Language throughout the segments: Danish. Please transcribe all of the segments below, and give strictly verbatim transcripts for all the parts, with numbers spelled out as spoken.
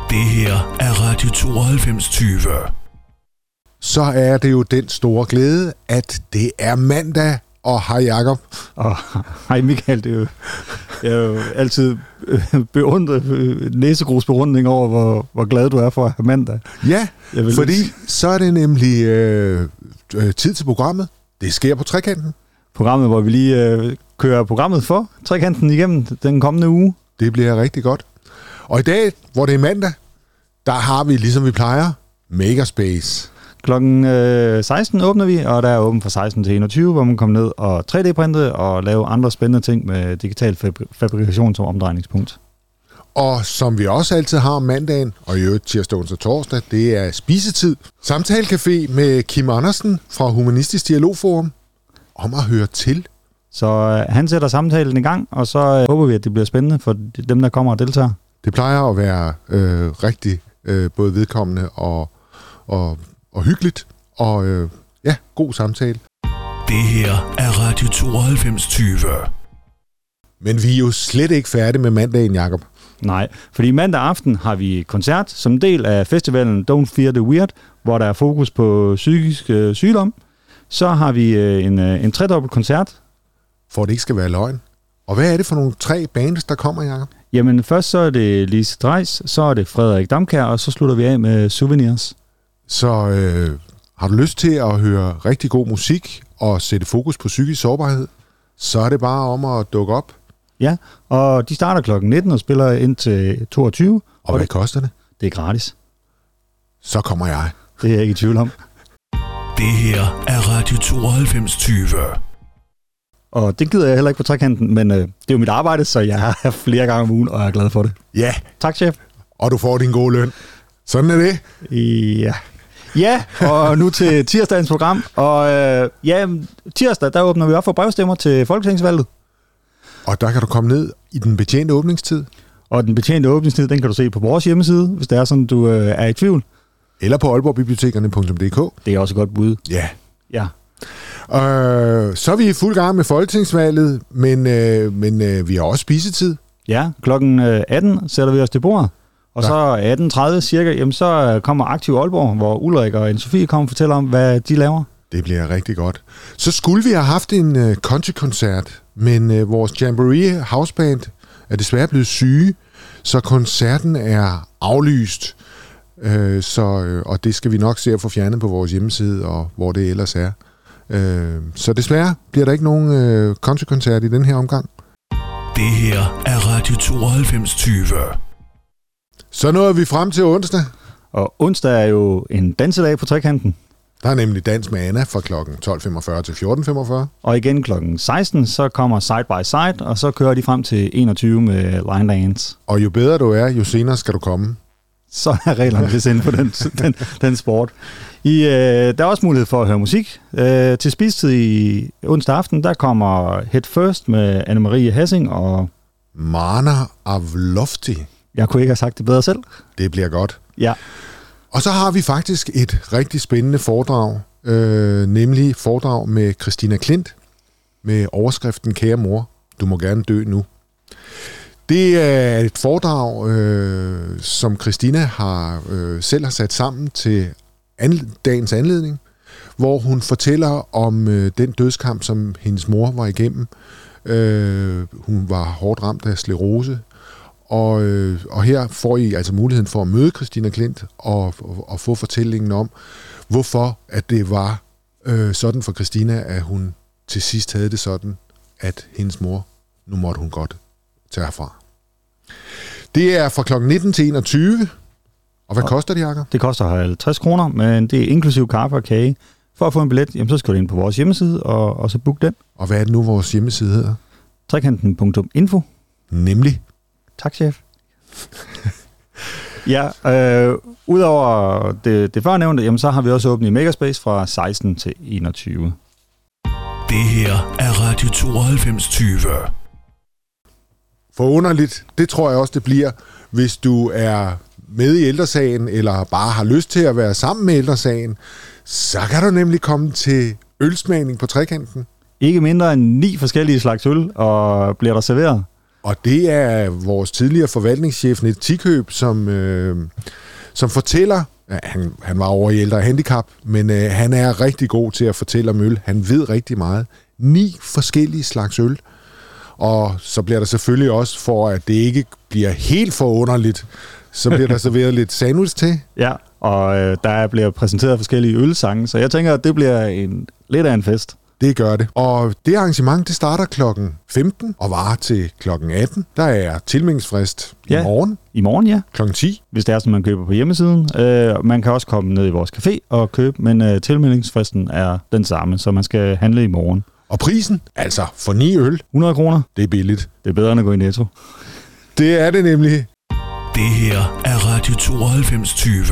Det her er Radio tooghalvfems tyve. Så er det jo den store glæde, at det er mandag, og hej Jacob. Og hej Michael, det er jo, jeg er jo altid beundret, næsegrus beundring over, hvor, hvor glad du er for at have mandag. Ja, fordi lige... så er det nemlig øh, øh, tid til programmet. Det sker på Trekanten. Programmet, hvor vi lige øh, kører programmet for Trekanten igennem den kommende uge. Det bliver rigtig godt. Og i dag, hvor det er mandag, der har vi, ligesom vi plejer, Makerspace. Klokken øh, seksten åbner vi, og der er åben fra seksten til enogtyve, hvor man kommer ned og tre D-printe og lave andre spændende ting med digital fabri- fabrikation som omdrejningspunkt. Og som vi også altid har om mandagen, og i øvrigt tirsdag, onsdag og torsdag, det er spisetid. Samtalecafé med Kim Andersen fra Humanistisk Dialogforum om at høre til. Så øh, han sætter samtalen i gang, og så øh, håber vi, at det bliver spændende for dem, der kommer og deltager. Det plejer at være øh, rigtig øh, både vedkommende og, og, og hyggeligt, og øh, ja, god samtale. Det her er Radio tooghalvfems tyve. Men vi er jo slet ikke færdige med mandagen, Jacob. Nej, fordi mandag aften har vi koncert som del af festivalen Don't Fear the Weird, hvor der er fokus på psykisk øh, sygdom. Så har vi øh, en, øh, en tredobbelt koncert. For det ikke skal være løgn. Og hvad er det for nogle tre bands, der kommer, Jacob? Jamen først så er det Lise Dreis, så er det Frederik Damkjær, og så slutter vi af med Souvenirs. Så øh, har du lyst til at høre rigtig god musik og sætte fokus på psykisk sårbarhed, så er det bare om at dukke op. Ja, og de starter klokken nitten og spiller ind til toogtyve. Og, og hvad det, koster det? Det er gratis. Så kommer jeg. Det er jeg ikke i tvivl om. Det her er Radio tooghalvfems tyve. Og det gider jeg heller ikke på Trekanten, men øh, det er jo mit arbejde, så jeg har flere gange om ugen, og jeg er glad for det. Ja. Tak, chef. Og du får din gode løn. Sådan er det. Ja. Ja, og nu til tirsdagens program. Og øh, ja, tirsdag, der åbner vi op for brevstemmer til Folketingsvalget. Og der kan du komme ned i den betjente åbningstid. Og den betjente åbningstid, den kan du se på vores hjemmeside, hvis det er sådan, du øh, er i tvivl. Eller på aalborgbibliotekerne punktum d k. Det er også et godt bud. Ja. Ja. Øh, så er vi i fuld gang med folketingsvalget, men, øh, men øh, vi har også spisetid. Ja, klokken atten sætter vi os til bordet. Og ja. Så atten tredive cirka, jamen så kommer Aktiv Aalborg, hvor Ulrik og Anne-Sophie kommer og fortæller om, hvad de laver. Det bliver rigtig godt. Så skulle vi have haft en øh, countrykoncert, men øh, vores Jamboree Houseband er desværre blevet syge, så koncerten er aflyst. Øh, så, øh, og det skal vi nok se at få fjernet på vores hjemmeside, og hvor det ellers er. Øh, så desværre bliver der ikke nogen øh, countrykoncert i den her omgang. Det her er Radio tooghalvfems tyve. Så nåede vi frem til onsdag. Og onsdag er jo en dansedag på Trekanten. Der er nemlig dans med Anna fra klokken tolv femogfyrre til fjorten femogfyrre. Og igen klokken seksten, så kommer Side by Side, og så kører de frem til enogtyve med Line Dance. Og jo bedre du er, jo senere skal du komme. Så er reglerne vist inden for den, den, den sport. I, øh, der er også mulighed for at høre musik. Øh, til spisetid i onsdag aften, der kommer Head First med Anne-Marie Hassing og... Marna Avlofti. Jeg kunne ikke have sagt det bedre selv. Det bliver godt. Ja. Og så har vi faktisk et rigtig spændende foredrag, øh, nemlig foredrag med Christina Klint, med overskriften Kære mor, du må gerne dø nu. Det er et foredrag, øh, som Christina har øh, selv har sat sammen til an, dagens anledning, hvor hun fortæller om øh, den dødskamp, som hendes mor var igennem. Øh, hun var hårdt ramt af sklerose, og, øh, og her får I altså muligheden for at møde Christina Klint og, og, og få fortællingen om, hvorfor at det var øh, sådan for Christina, at hun til sidst havde det sådan, at hendes mor, nu måtte hun godt tage herfra. Det er fra klokken nitten til enogtyve. Og hvad og koster det, Jacob? Det koster halvtreds kroner, men det er inklusiv kaffe og kage. For at få en billet, jamen, så skal du ind på vores hjemmeside, og, og så book den. Og hvad er det nu, vores hjemmeside hedder? trekanten punktum info. Nemlig? Tak, chef. Ja, øh, udover det, det førnævnte, jamen, så har vi også åbnet i Makerspace fra seksten til enogtyve. Det her er Radio tooghalvfems tyve. Forunderligt, det tror jeg også, det bliver, hvis du er med i Ældresagen, eller bare har lyst til at være sammen med Ældresagen, så kan du nemlig komme til ølsmagning på Trekanten. Ikke mindre end ni forskellige slags øl, og bliver der serveret. Og det er vores tidligere forvaltningschef, Niels Tikøb, som, øh, som fortæller, ja, han, han var over i ældre handicap, men øh, han er rigtig god til at fortælle om øl. Han ved rigtig meget. Ni forskellige slags øl. Og så bliver der selvfølgelig også, for at det ikke bliver helt for underligt, så bliver der serveret lidt sandwich til. Ja, og øh, der bliver præsenteret forskellige ølsange, så jeg tænker, at det bliver en lidt af en fest. Det gør det. Og det arrangement, det starter klokken femten og varer til klokken atten. Der er tilmeldingsfrist i Ja. morgen I morgen, ja. klokken ti. Hvis det er sådan, man køber på hjemmesiden. Øh, man kan også komme ned i vores café og købe, men øh, tilmeldingsfristen er den samme, så man skal handle i morgen. Og prisen, altså for ni øl, hundrede kroner, det er billigt. det er bedre end at gå i Netto. Det er det nemlig. Det her er Radio tooghalvfems tyve.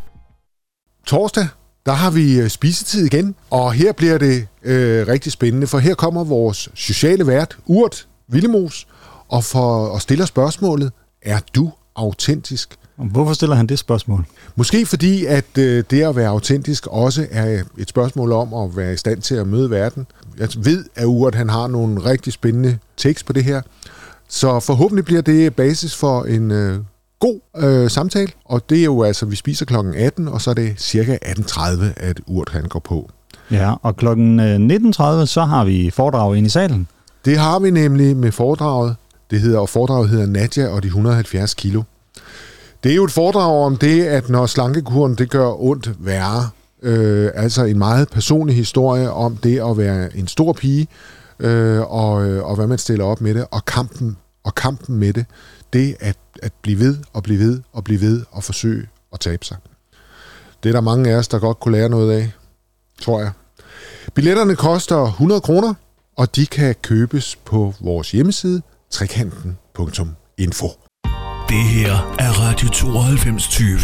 Torsdag, der har vi øh, spisetid igen, og her bliver det øh, rigtig spændende, for her kommer vores sociale vært, Urt Villemos, og for at stille spørgsmålet, er du autentisk? Hvorfor stiller han det spørgsmål? Måske fordi, at øh, det at være autentisk også er et spørgsmål om at være i stand til at møde verden. Jeg ved, at Urt han har nogle rigtig spændende tekst på det her, så forhåbentlig bliver det basis for en øh, god øh, samtale, og det er jo altså, vi spiser klokken atten, og så er det cirka atten tredive, at Urt han går på. Ja, og klokken nitten tredive, så har vi foredrag ind i salen. Det har vi nemlig med foredraget. Det hedder, og foredraget hedder Nadja og de et hundrede og halvfjerds kilo. Det er jo et foredrag om det, at når slankekuren det gør ondt værre. Øh, altså en meget personlig historie om det at være en stor pige, øh, og, og hvad man stiller op med det, og kampen, og kampen med det. Det at, at blive ved, og blive ved, og blive ved, og forsøge at tabe sig. Det er der mange af os, der godt kunne lære noget af, tror jeg. Billetterne koster hundrede kroner, og de kan købes på vores hjemmeside, trekanten punktum info. Det her er Radio tooghalvfems tyve.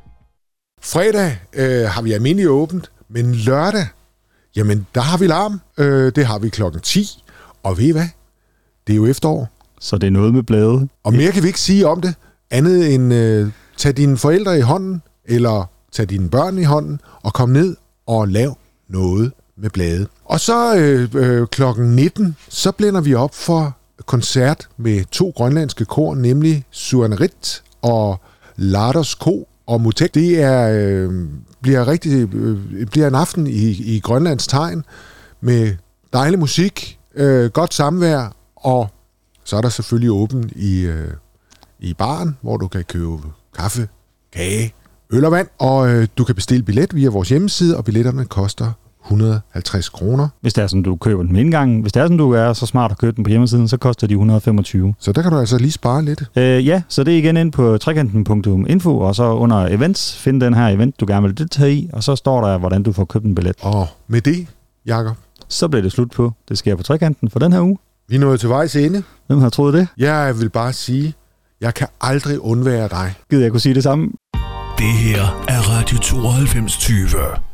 Fredag øh, har vi almindelig åbent, men lørdag, jamen der har vi larm. Øh, det har vi klokken ti, og ved I hvad? Det er jo efterår. Så det er noget med blade. Og mere kan vi ikke sige om det, andet end øh, tag dine forældre i hånden, eller tag dine børn i hånden, og kom ned og lav noget med blade. Og så øh, øh, klokken nitten, så blænder vi op for koncert med to grønlandske kor, nemlig Suanerit og Larders Ko og Mutek. Det er, øh, bliver, rigtig, øh, bliver en aften i, i Grønlands tegn med dejlig musik, øh, godt samvær, og så er der selvfølgelig åben i, øh, i baren, hvor du kan købe kaffe, kage, øl og vand, og øh, du kan bestille billet via vores hjemmeside, og billetterne koster et hundrede og halvtreds kroner. Hvis det er sådan, du køber den med indgangen. Hvis det er sådan, du er så smart at købe den på hjemmesiden, så koster de et hundrede og femogtyve. Så der kan du altså lige spare lidt. Øh, ja, så det er igen ind på trekanten punktum info, og så under events, find den her event, du gerne vil deltage i, og så står der, hvordan du får købt en billet. Og med det, Jakob, Så bliver det slut på. Det sker på trekanten for den her uge. vi er nået til vejs ende. Hvem har troet det? Jeg vil bare sige, jeg kan aldrig undvære dig. Gider jeg kunne sige det samme? Det her er Radio tooghalvfems tyve.